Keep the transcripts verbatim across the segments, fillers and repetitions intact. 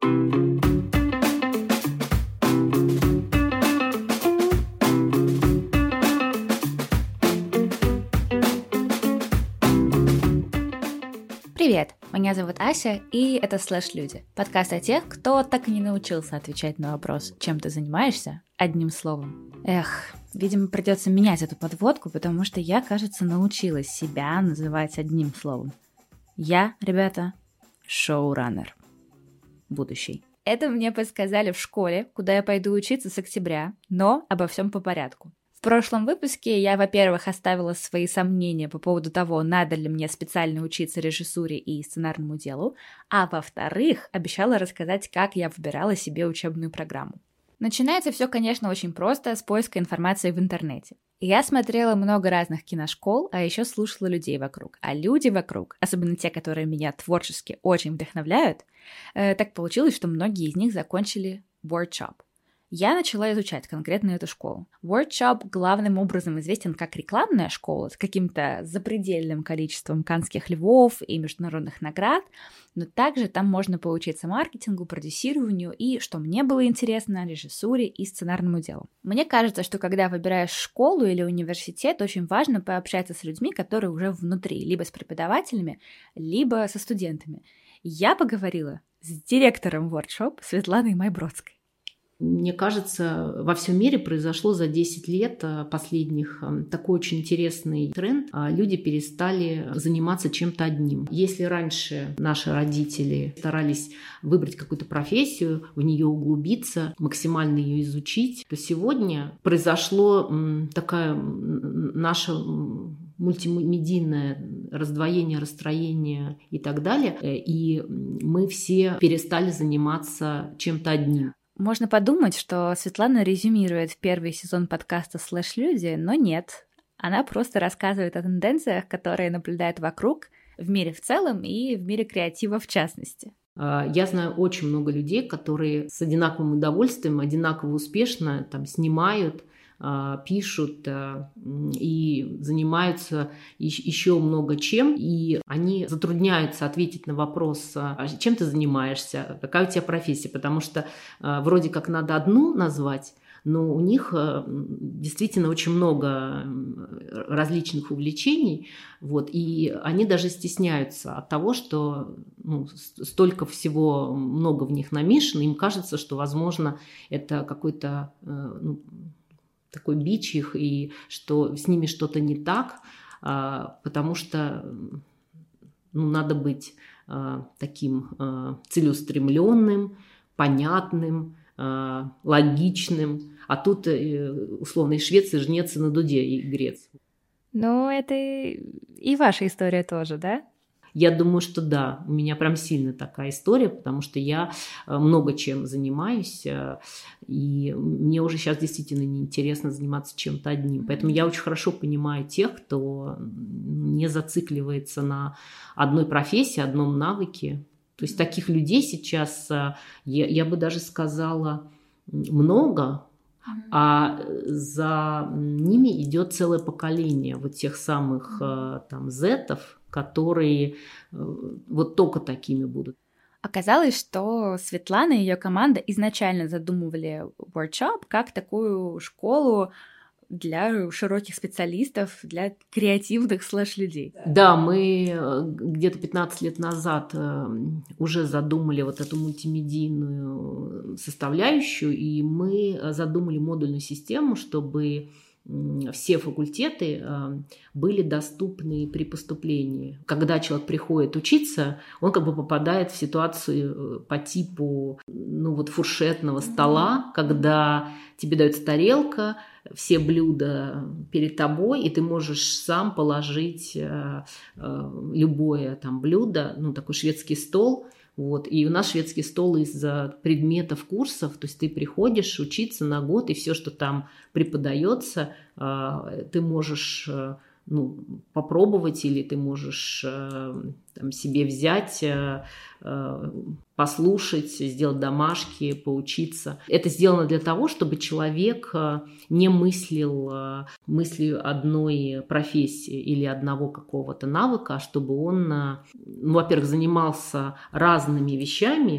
Привет, меня зовут Ася, и это «Слэш Люди», подкаст о тех, кто так и не научился отвечать на вопрос, чем ты занимаешься, одним словом. Эх, видимо, придется менять эту подводку, потому что я, кажется, научилась себя называть одним словом. Я, ребята, шоураннер. Будущий. Это мне подсказали в школе, куда я пойду учиться с октября, но обо всем по порядку. В прошлом выпуске я, во-первых, оставила свои сомнения по поводу того, надо ли мне специально учиться режиссуре и сценарному делу, а во-вторых, обещала рассказать, как я выбирала себе учебную программу. Начинается все, конечно, очень просто, с поиска информации в интернете. Я смотрела много разных киношкол, а еще слушала людей вокруг. А люди вокруг, особенно те, которые меня творчески очень вдохновляют, э, так получилось, что многие из них закончили WordShop. Я начала изучать конкретно эту школу. WordShop главным образом известен как рекламная школа с каким-то запредельным количеством каннских львов и международных наград, но также там можно поучиться маркетингу, продюсированию и, что мне было интересно, режиссуре и сценарному делу. Мне кажется, что когда выбираешь школу или университет, очень важно пообщаться с людьми, которые уже внутри, либо с преподавателями, либо со студентами. Я поговорила с директором WordShop Светланой Майбродской. Мне кажется, во всем мире произошло за десять лет последних такой очень интересный тренд. Люди перестали заниматься чем-то одним. Если раньше наши родители старались выбрать какую-то профессию, в нее углубиться, максимально ее изучить, то сегодня произошло такая наша мультимедийное раздвоение, расстроение и так далее. И мы все перестали заниматься чем-то одним. Можно подумать, что Светлана резюмирует первый сезон подкаста «Слэш Люди», но нет. Она просто рассказывает о тенденциях, которые наблюдает вокруг, в мире в целом и в мире креатива в частности. Я знаю очень много людей, которые с одинаковым удовольствием, одинаково успешно там, снимают, пишут и занимаются еще много чем, и они затрудняются ответить на вопрос, чем ты занимаешься, какая у тебя профессия, потому что вроде как надо одну назвать, но у них действительно очень много различных увлечений, вот, и они даже стесняются от того, что ну, столько всего много в них намешано, им кажется, что, возможно, это какой-то ну, такой бич их, и что с ними что-то не так, потому что ну, надо быть таким целеустремленным, понятным, логичным. А тут, условно, из Швеции жнец на дуде и грец. Ну, это и ваша история тоже, да? Я думаю, что да, у меня прям сильно такая история, потому что я много чем занимаюсь, и мне уже сейчас действительно неинтересно заниматься чем-то одним. Поэтому я очень хорошо понимаю тех, кто не зацикливается на одной профессии, одном навыке. То есть таких людей сейчас, я, я бы даже сказала, много, а за ними идет целое поколение вот тех самых там зетов, которые вот только такими будут. Оказалось, что Светлана и ее команда изначально задумывали WordShop как такую школу для широких специалистов, для креативных слэш-людей. Да, мы где-то пятнадцать лет назад уже задумали вот эту мультимедийную составляющую, и мы задумали модульную систему, чтобы все факультеты были доступны при поступлении. Когда человек приходит учиться, он как бы попадает в ситуацию по типу ну, вот фуршетного стола, когда тебе дается тарелка, все блюда перед тобой, и ты можешь сам положить любое там блюдо, ну такой шведский стол. Вот. И у нас шведский стол из предметов курсов, то есть ты приходишь учиться на год, и все, что там преподается, ты можешь ну, попробовать, или ты можешь там, себе взять, послушать, сделать домашки, поучиться. Это сделано для того, чтобы человек не мыслил мыслью одной профессии или одного какого-то навыка, а чтобы он, ну, во-первых, занимался разными вещами,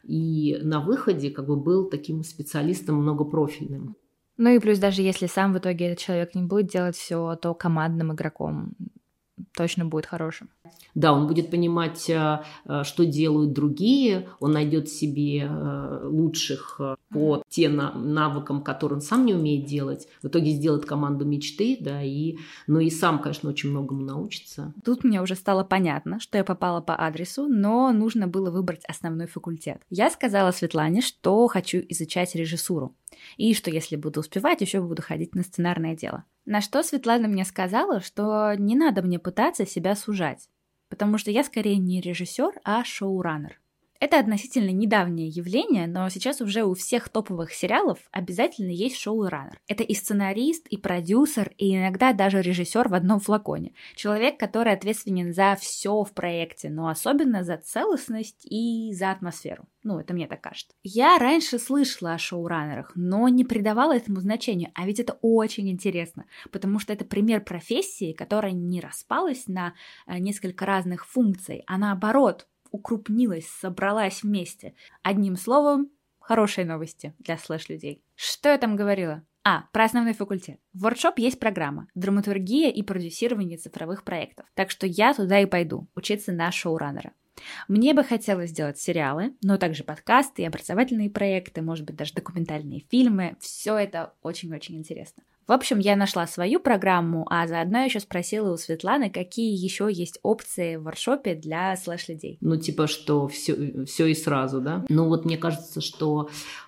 и на выходе как бы был таким специалистом многопрофильным. Ну и плюс даже если сам в итоге этот человек не будет делать все, то командным игроком точно будет хорошим. Да, он будет понимать, что делают другие, он найдет себе лучших по тем навыкам, которые он сам не умеет делать, в итоге сделает команду мечты, да, и, ну и сам, конечно, очень многому научится. Тут мне уже стало понятно, что я попала по адресу, но нужно было выбрать основной факультет. Я сказала Светлане, что хочу изучать режиссуру, и что если буду успевать, еще буду ходить на сценарное дело. На что Светлана мне сказала, что не надо мне пытаться себя сужать, потому что я скорее не режиссер, а шоураннер. Это относительно недавнее явление, но сейчас уже у всех топовых сериалов обязательно есть шоураннер. Это и сценарист, и продюсер, и иногда даже режиссер в одном флаконе. Человек, который ответственен за все в проекте, но особенно за целостность и за атмосферу. Ну, это мне так кажется. Я раньше слышала о шоураннерах, но не придавала этому значению, а ведь это очень интересно, потому что это пример профессии, которая не распалась на несколько разных функций, а наоборот, укрупнилась, собралась вместе. Одним словом, хорошие новости для слэш-людей. Что я там говорила? А, про основной факультет. В WordShop есть программа «Драматургия и продюсирование цифровых проектов». Так что я туда и пойду, учиться на шоураннера. Мне бы хотелось сделать сериалы, но также подкасты и образовательные проекты, может быть, даже документальные фильмы. Все это очень-очень интересно. В общем, я нашла свою программу, а заодно еще спросила у Светланы, какие еще есть опции в WordShop для слэш-людей. Ну, типа, что все, все и сразу, да? Ну, вот мне кажется, что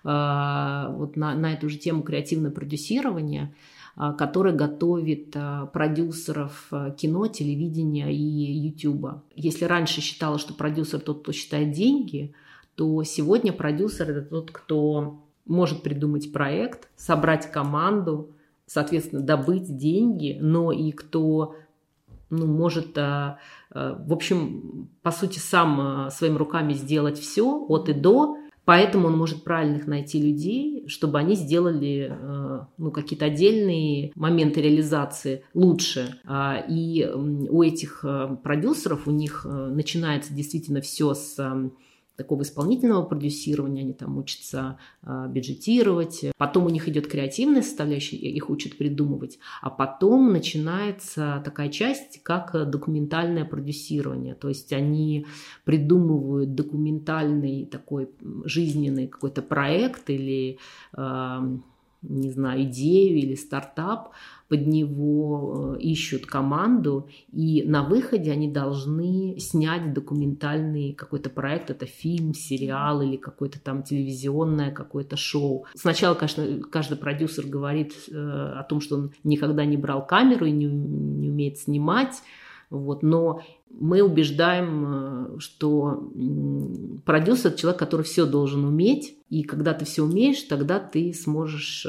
э, вот на, на эту же тему креативное продюсирование, э, которое готовит э, продюсеров кино, телевидения и Ютуба. Если раньше считала, что продюсер тот, кто считает деньги, то сегодня продюсер – это тот, кто может придумать проект, собрать команду, соответственно, добыть деньги, но и кто, ну, может, а, а, в общем, по сути, сам а, своими руками сделать все от и до, поэтому он может правильных найти людей, чтобы они сделали а, ну, какие-то отдельные моменты реализации лучше. А, и у этих а, продюсеров, у них а, начинается действительно все с а, такого исполнительного продюсирования, они там учатся э, бюджетировать, потом у них идет креативная составляющая, их учат придумывать, а потом начинается такая часть, как документальное продюсирование, то есть они придумывают документальный такой жизненный какой-то проект или, э, не знаю, идею или стартап, под него ищут команду, и на выходе они должны снять документальный какой-то проект, это фильм, сериал или какое-то там телевизионное какое-то шоу. Сначала, конечно, каждый продюсер говорит э, о том, что он никогда не брал камеру и не, не умеет снимать, вот, но мы убеждаем, что продюсер – это человек, который все должен уметь, и когда ты все умеешь, тогда ты сможешь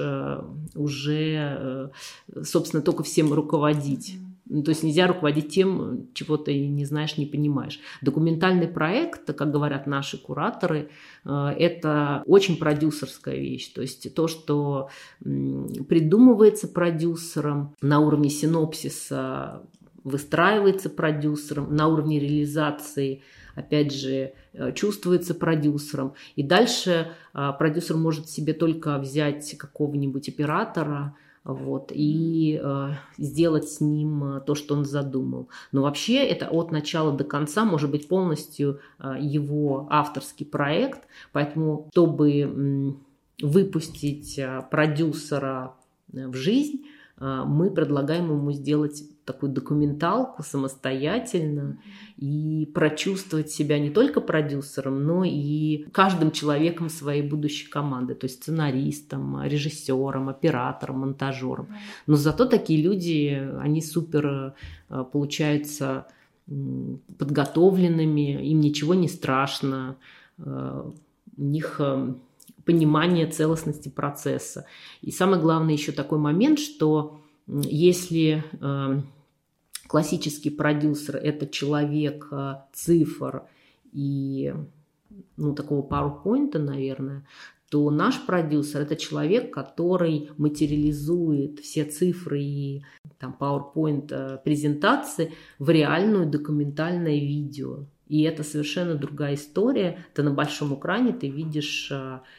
уже, собственно, только всем руководить. То есть нельзя руководить тем, чего ты не знаешь, не понимаешь. Документальный проект, как говорят наши кураторы, это очень продюсерская вещь. То есть то, что придумывается продюсером на уровне синопсиса, выстраивается продюсером, на уровне реализации, опять же, чувствуется продюсером. И дальше продюсер может себе только взять какого-нибудь оператора, вот, и э, сделать с ним то, что он задумал. Но вообще это от начала до конца может быть полностью э, его авторский проект. Поэтому, чтобы э, выпустить э, продюсера в жизнь, э, мы предлагаем ему сделать такую документалку самостоятельно и прочувствовать себя не только продюсером, но и каждым человеком своей будущей команды, то есть сценаристом, режиссером, оператором, монтажером. Но зато такие люди, они супер получаются подготовленными, им ничего не страшно, у них понимание целостности процесса. И самое главное еще такой момент, что если классический продюсер – это человек цифр и, ну, такого PowerPoint, наверное, то наш продюсер – это человек, который материализует все цифры и там, PowerPoint презентации в реальную документальное видео. И это совершенно другая история. Ты на большом экране, ты видишь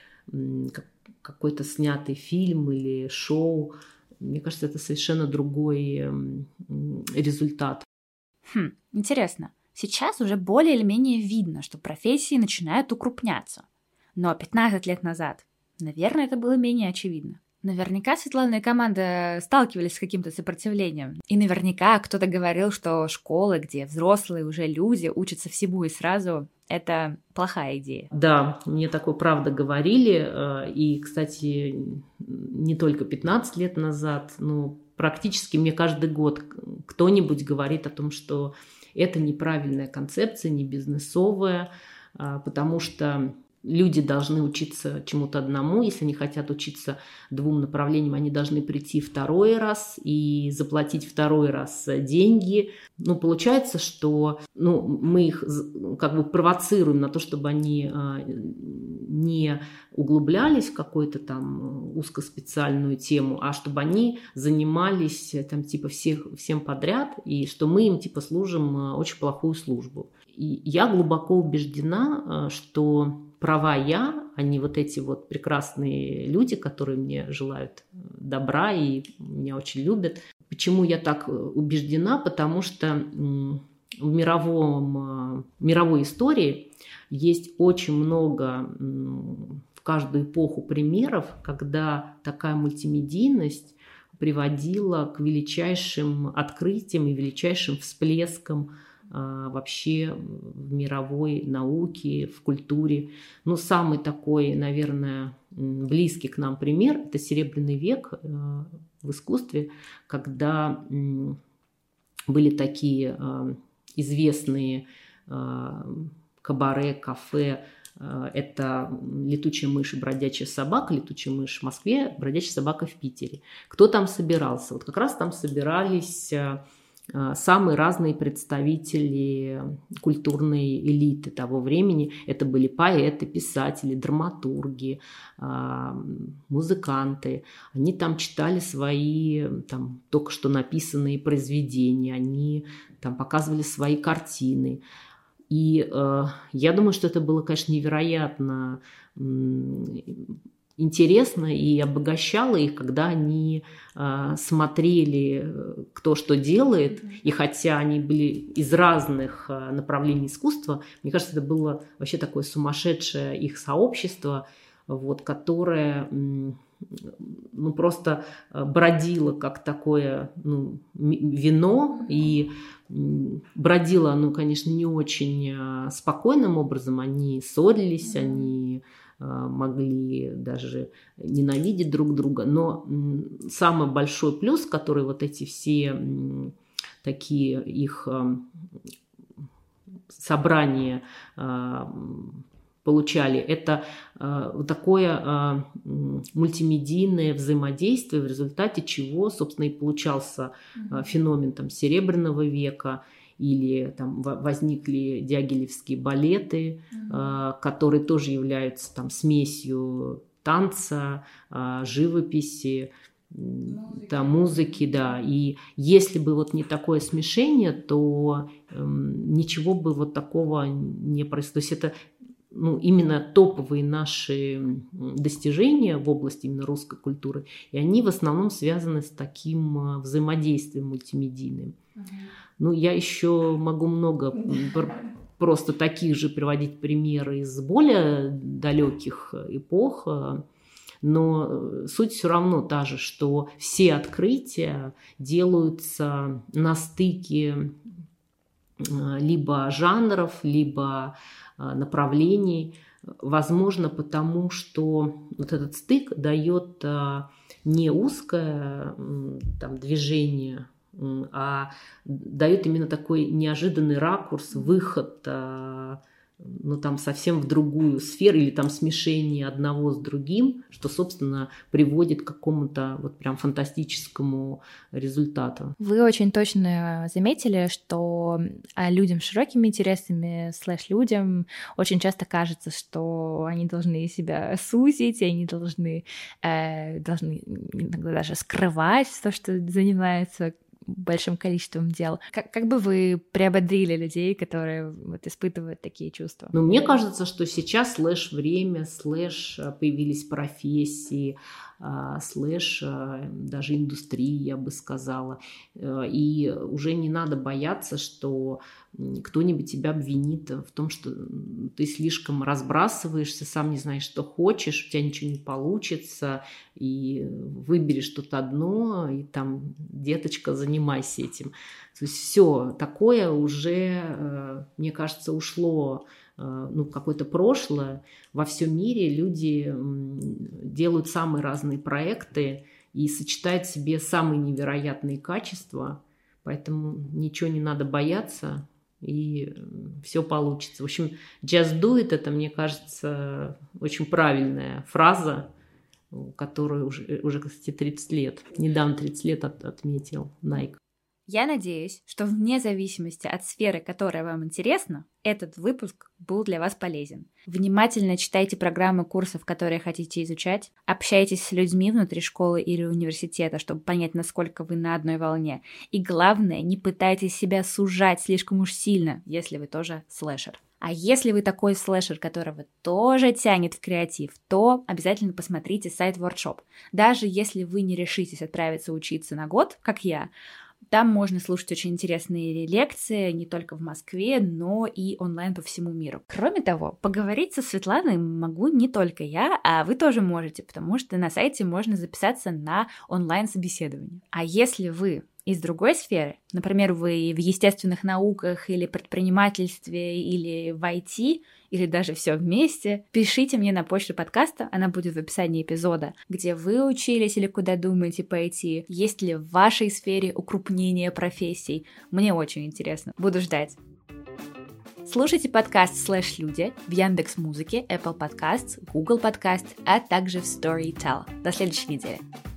какой-то снятый фильм или шоу. Мне кажется, это совершенно другой результат. Хм, интересно. Сейчас уже более или менее видно, что профессии начинают укрупняться. Но пятнадцать лет назад, наверное, это было менее очевидно. Наверняка Светлана и команда сталкивались с каким-то сопротивлением. И наверняка кто-то говорил, что школы, где взрослые уже люди учатся всему и сразу, это плохая идея. Да, мне такое правда говорили. И, кстати, не только пятнадцать лет назад, но практически мне каждый год кто-нибудь говорит о том, что это неправильная концепция, не бизнесовая, потому что люди должны учиться чему-то одному. Если они хотят учиться двум направлениям, они должны прийти второй раз и заплатить второй раз деньги. Ну, получается, что ну, мы их как бы провоцируем на то, чтобы они не углублялись в какую-то там узкоспециальную тему, а чтобы они занимались там типа всех, всем подряд, и что мы им типа служим очень плохую службу. И я глубоко убеждена, что права я, а не вот эти вот прекрасные люди, которые мне желают добра и меня очень любят. Почему я так убеждена? Потому что в мировом, мировой истории есть очень много в каждую эпоху примеров, когда такая мультимедийность приводила к величайшим открытиям и величайшим всплескам вообще в мировой науке, в культуре. Ну, самый такой, наверное, близкий к нам пример – это Серебряный век в искусстве, когда были такие известные кабаре, кафе. Это «Летучая мышь и бродячая собака», «Летучая мышь» в Москве, «Бродячая собака» в Питере. Кто там собирался? Вот как раз там собирались самые разные представители культурной элиты того времени. Это были поэты, писатели, драматурги, музыканты. Они там читали свои там, только что написанные произведения, они там показывали свои картины. И э, я думаю, что это было, конечно, невероятно интересно и обогащало их, когда они э, смотрели, кто что делает, mm-hmm. и хотя они были из разных э, направлений искусства, мне кажется, это было вообще такое сумасшедшее их сообщество, вот, которое м, ну, просто бродило как такое ну, вино, и м, бродило оно, конечно, не очень э, спокойным образом, они ссорились, mm-hmm. они могли даже ненавидеть друг друга, но самый большой плюс, который вот эти все такие их собрания получали, это вот такое мультимедийное взаимодействие, в результате чего, собственно, и получался феномен там, Серебряного века, или там возникли дягилевские балеты, mm-hmm. э, которые тоже являются там смесью танца, э, живописи, музыки. Да, музыки, да. И если бы вот не такое смешение, то э, ничего бы вот такого не происходило. То есть это ну, именно топовые наши достижения в области именно русской культуры, и они в основном связаны с таким взаимодействием мультимедийным. Mm-hmm. Ну, я еще могу много просто таких же приводить примеры из более далеких эпох, но суть все равно та же, что все открытия делаются на стыке либо жанров, либо направлений, возможно, потому что вот этот стык дает не узкое там, движение, а дает именно такой неожиданный ракурс, выход ну, там, совсем в другую сферу или там смешение одного с другим, что, собственно, приводит к какому-то вот прям фантастическому результату. Вы очень точно заметили, что людям с широкими интересами, слэш-людям, очень часто кажется, что они должны себя сузить, и они должны, э, должны иногда даже скрывать то, что занимаются большим количеством дел. Как, как бы вы приободрили людей, которые вот испытывают такие чувства? Ну, мне кажется, что сейчас слэш время, слэш появились профессии, слэш даже индустрии, я бы сказала. И уже не надо бояться, что кто-нибудь тебя обвинит в том, что ты слишком разбрасываешься, сам не знаешь, что хочешь, у тебя ничего не получится, и выбери что-то одно, и там, деточка, занимайся этим. То есть все такое уже, мне кажется, ушло ну, в какое-то прошлое. Во всем мире люди делают самые разные проекты и сочетают в себе самые невероятные качества, поэтому ничего не надо бояться, и все получится. В общем, just do it — это, мне кажется, очень правильная фраза, которую уже, уже, кстати, тридцать лет. Недавно тридцать лет от, отметил Nike. Я надеюсь, что вне зависимости от сферы, которая вам интересна, этот выпуск был для вас полезен. Внимательно читайте программы курсов, которые хотите изучать, общайтесь с людьми внутри школы или университета, чтобы понять, насколько вы на одной волне. И главное, не пытайтесь себя сужать слишком уж сильно, если вы тоже слэшер. А если вы такой слэшер, которого тоже тянет в креатив, то обязательно посмотрите сайт Workshop. Даже если вы не решитесь отправиться учиться на год, как я, там можно слушать очень интересные лекции не только в Москве, но и онлайн по всему миру. Кроме того, поговорить со Светланой могу не только я, а вы тоже можете, потому что на сайте можно записаться на онлайн-собеседование. А если вы из другой сферы, например, вы в естественных науках или предпринимательстве или в ай ти, или даже все вместе, пишите мне на почту подкаста, она будет в описании эпизода, где вы учились или куда думаете пойти, есть ли в вашей сфере укрупнение профессий. Мне очень интересно, буду ждать. Слушайте подкаст «Слэш Люди» в Яндекс.Музыке, Apple Podcasts, Google Podcast, а также в Storytel. До следующей недели.